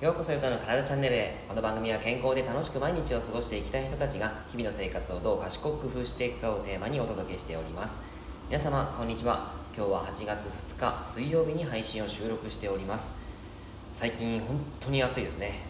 ようこそゆたの体チャンネルへ。この番組は健康で楽しく毎日を過ごしていきたい人たちが日々の生活をどう賢く工夫していくかをテーマにお届けしております。皆様こんにちは。今日は8月2日水曜日に配信を収録しております。最近本当に暑いですね。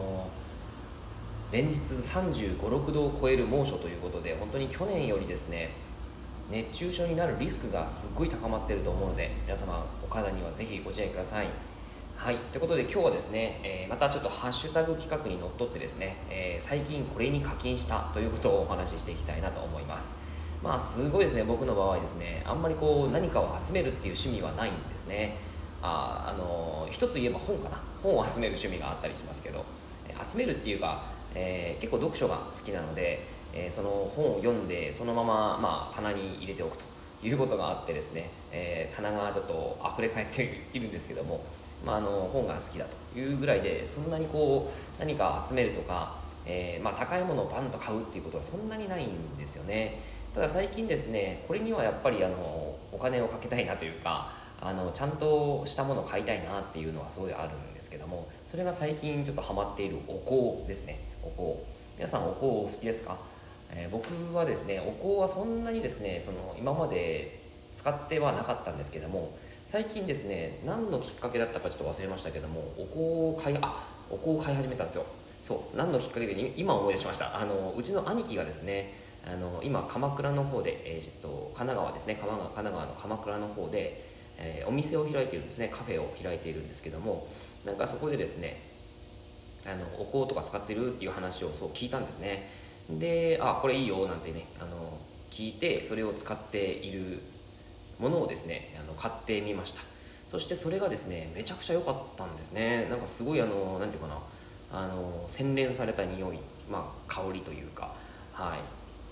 連日35、6度を超える猛暑ということで、本当に去年よりですね熱中症になるリスクがすっごい高まっていると思うので、皆様お体にはぜひご自愛ください。はい、ということで今日はですね、またちょっとハッシュタグ企画にのっとってですね、最近これに課金したということをお話ししていきたいなと思います。すごいですね、僕の場合ですね、あんまり何かを集めるっていう趣味はないんですね。一つ言えば本かな。本を集める趣味があったりしますけど、集めるっていうか、結構読書が好きなので、その本を読んでそのまま、棚に入れておくということがあってですね、棚がちょっと溢れ返っているんですけども、本が好きだというぐらいで、そんなに何か集めるとか、高いものをバンと買うっていうことはそんなにないんですよね。ただ最近ですね、これにはやっぱりお金をかけたいなというか、ちゃんとしたものを買いたいなっていうのはすごいあるんですけども、それが最近ちょっとハマっているお香ですね。お香、皆さんお香お好きですか？僕はですね、お香はそんなにですね、今まで使ってはなかったんですけども、最近ですね、何のきっかけだったかちょっと忘れましたけども、お香を買い始めたんですよ。そう、何のきっかけで今思い出しました。うちの兄貴がですね、今鎌倉の方で、神奈川ですね、神奈川の鎌倉の方で、お店を開いているんですね、カフェを開いているんですけども、なんかそこでですね、お香とか使ってるっていう話をそう聞いたんですね。で、これいいよなんてね、聞いて、それを使っているものをですね、買ってみました。そしてそれがですね、めちゃくちゃ良かったんですね。なんかすごいなんていうかな、洗練された匂い、香りというか、はい、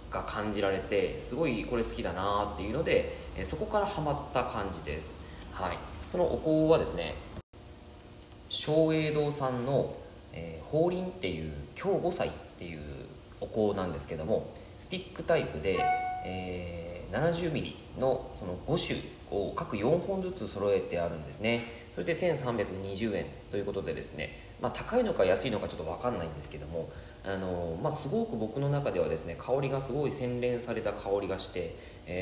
が感じられて、すごいこれ好きだなっていうので、そこからハマった感じです。はい、そのお香はですね、松栄堂さんの、法輪っていう京五祭っていうお香なんですけども、スティックタイプで、70ミリのその5種を各4本ずつ揃えてあるんですね。それで1320円ということでですね、高いのか安いのかちょっと分かんないんですけども、すごく僕の中ではですね、香りがすごい洗練された香りがして、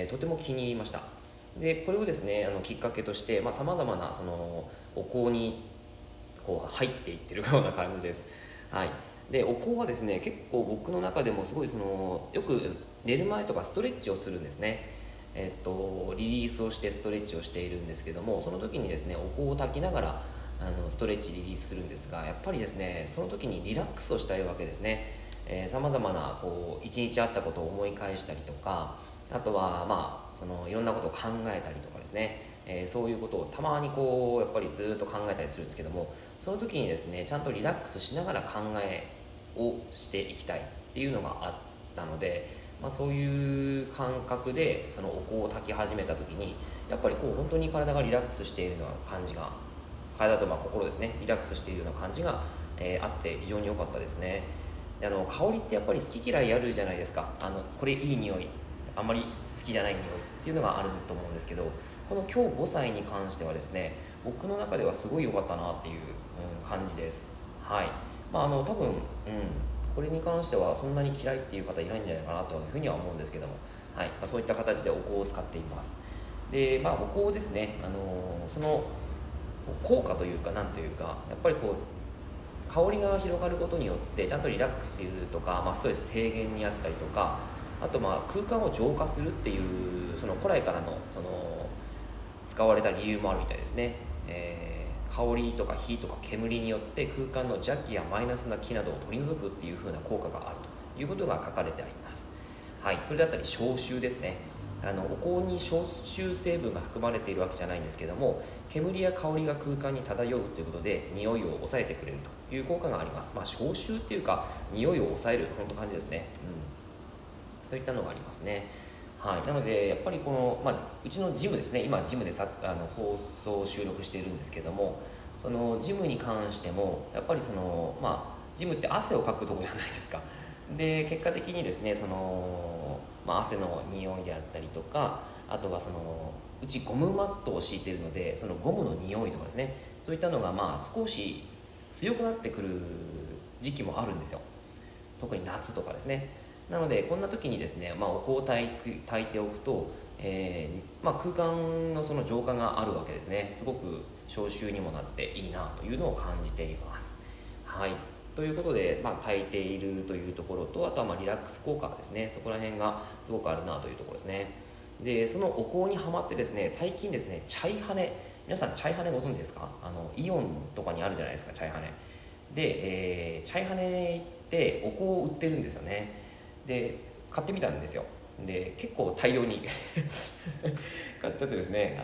とても気に入りました。でこれをですね、きっかけとしてさまざ、まなそのお香に入っていってるような感じです。はい、でお香はですね、結構僕の中でもすごいよく寝る前とかストレッチをするんですね。リリースをしてストレッチをしているんですけども、その時にですね、お香を焚きながらストレッチリリースするんですが、やっぱりですね、その時にリラックスをしたいわけですね。さまざまな一日あったことを思い返したりとか、あとはいろんなことを考えたりとかですね、そういうことをたまにやっぱりずっと考えたりするんですけども、その時にですね、ちゃんとリラックスしながら考えをしていきたいっていうのがあったので、そういう感覚でそのお香を焚き始めた時に、やっぱり本当に体がリラックスしているような感じが、体と心ですね、リラックスしているような感じが、あって非常に良かったですね。で香りってやっぱり好き嫌いあるじゃないですか。これいい匂い、あんまり好きじゃない匂いっていうのがあると思うんですけど、この今日5歳に関してはですね、僕の中ではすごい良かったなっていう、感じです。はい、多分、これに関してはそんなに嫌いっていう方いないんじゃないかなというふうには思うんですけども、はい、そういった形でお香を使っています。で、お香ですね、その効果というか、なんというか、やっぱり香りが広がることによってちゃんとリラックスするとか、ストレス低減にあったりとか、あと空間を浄化するっていう、その古来からの使われた理由もあるみたいですね。香りとか火とか煙によって空間の邪気やマイナスな気などを取り除くっていう風な効果があるということが書かれてあります。はい、それだったり消臭ですね。お香に消臭成分が含まれているわけじゃないんですけども、煙や香りが空間に漂うということで匂いを抑えてくれるという効果があります。消臭っていうか匂いを抑える本当感じですね。といったのがありますね。はい、なのでやっぱりうちのジムですね、今ジムで放送収録しているんですけども、そのジムに関してもやっぱりジムって汗をかくところじゃないですか。で結果的にですね、汗の匂いであったりとか、あとはうちゴムマットを敷いているので、そのゴムの匂いとかですね、そういったのが少し強くなってくる時期もあるんですよ。特に夏とかですね。なのでこんな時にですね、お香を焚いておくと、空間のその浄化があるわけですね。すごく消臭にもなっていいなというのを感じています。はい、ということで、焚いているというところと、あとはリラックス効果ですね、そこら辺がすごくあるなというところですね。でそのお香にはまってですね、最近ですね、チャイハネ、皆さんチャイハネご存知ですか？イオンとかにあるじゃないですか、チャイハネで、チャイハネってお香を売ってるんですよね。で買ってみたんですよ。で結構大量に買っちゃってですね、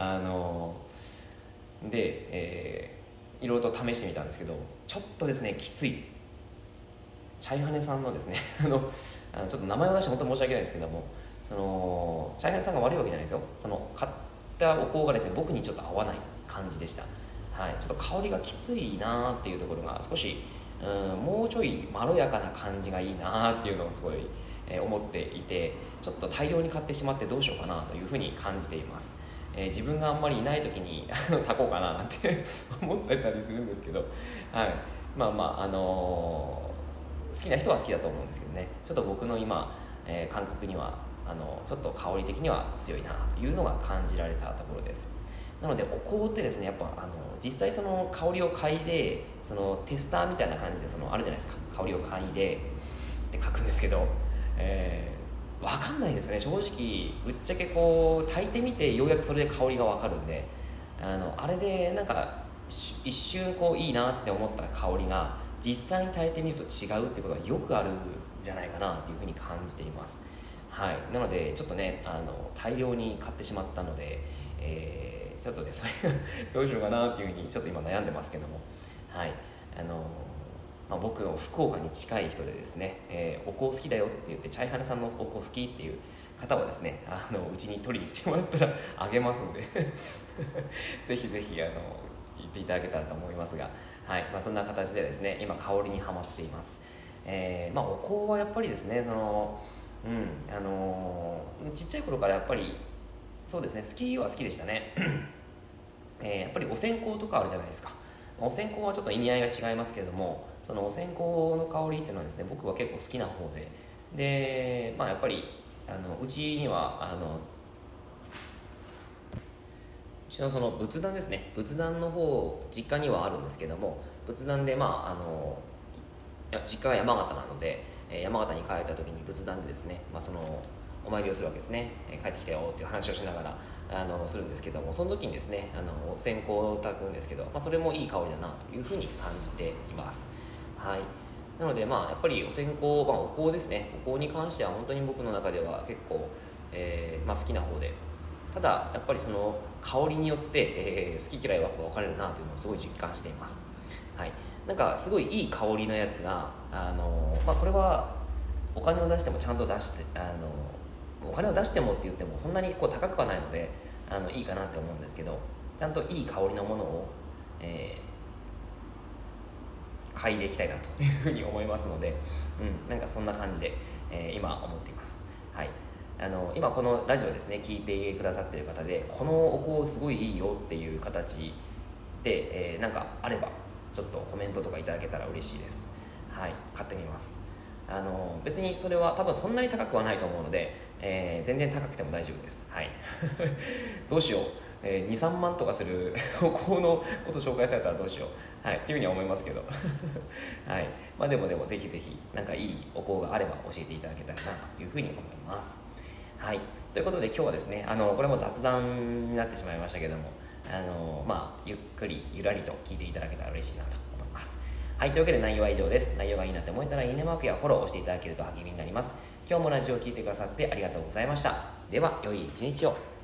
いろいろと試してみたんですけど、ちょっとですねきつい。チャイハネさんのですねちょっと名前を出して本当に申し訳ないんですけども、そのチャイハネさんが悪いわけじゃないですよ。その買ったお香がですね、僕にちょっと合わない感じでした。はい、ちょっと香りがきついなっていうところが少し、もうちょいまろやかな感じがいいなっていうのをすごい、思っていて、ちょっと大量に買ってしまってどうしようかなというふうに感じています。自分があんまりいない時に炊こうかななんて思ってたりするんですけど、はい、好きな人は好きだと思うんですけどね、ちょっと僕の今、感覚にはちょっと香り的には強いなというのが感じられたところです。なのでお香ってですね、やっぱ実際その香りを嗅いで、そのテスターみたいな感じであるじゃないですか、香りを嗅いでって書くんですけど、分かんないですね、正直。ぶっちゃけこう炊いてみてようやくそれで香りが分かるんで、あれでなんか一瞬こういいなって思った香りが実際に炊いてみると違うってことがよくあるんじゃないかなというふうに感じています。はい、なのでちょっとね大量に買ってしまったので、ちょっとねそれどうしようかなっていうふうにちょっと今悩んでますけども、はい、僕の福岡に近い人でですね、お香好きだよって言って、チャイハネさんのお香好きっていう方はですね、うちに取りに来てもらったらあげますんでぜひぜひ言っていただけたらと思いますが、はい、そんな形でですね今香りにはまっています。お香はやっぱりですね、ちっちゃい頃からやっぱりそうですね、好きは好きでしたねやっぱりお線香とかあるじゃないですか。お線香はちょっと意味合いが違いますけれども、そのお線香の香りっていうのはですね、僕は結構好きな方で、やっぱりうちにはうちのその仏壇ですね、仏壇の方実家にはあるんですけども、仏壇で実家が山形なので、山形に帰った時に仏壇でですね、そのお参りをするわけですね。帰ってきたよっていう話をしながらするんですけども、その時にですねお線香を焚くんですけど、それもいい香りだなというふうに感じています。はい、なのでやっぱりお線香、お香ですね、お香に関しては本当に僕の中では結構、好きな方で、ただやっぱりその香りによって、好き嫌いは分かれるなというのをすごい実感しています。はい、なんかすごいいい香りのやつがこれはお金を出してもちゃんと出してお金を出してもって言ってもそんなにこう高くはないのでいいかなって思うんですけど、ちゃんといい香りのものを、嗅いでいきたいなというふうに思いますので、なんかそんな感じで、今思っています。はい、今このラジオですね聞いてくださっている方で、このお香すごいいいよっていう形で、なんかあればちょっとコメントとかいただけたら嬉しいです。はい、買ってみます。別にそれは多分そんなに高くはないと思うので、全然高くても大丈夫です。はいどうしよう、2、3万とかするお香のこと紹介されたらどうしよう、はい、っていうふうには思いますけどはい、でもぜひぜひなんかいいお香があれば教えていただけたらなというふうに思います。はい、ということで今日はですねこれも雑談になってしまいましたけども、ゆっくりゆらりと聞いていただけたら嬉しいなと思います。はい、というわけで内容は以上です。内容がいいなって思えたらいいねマークやフォローをしていただけると励みになります。今日もラジオを聞いてくださってありがとうございました。では良い一日を。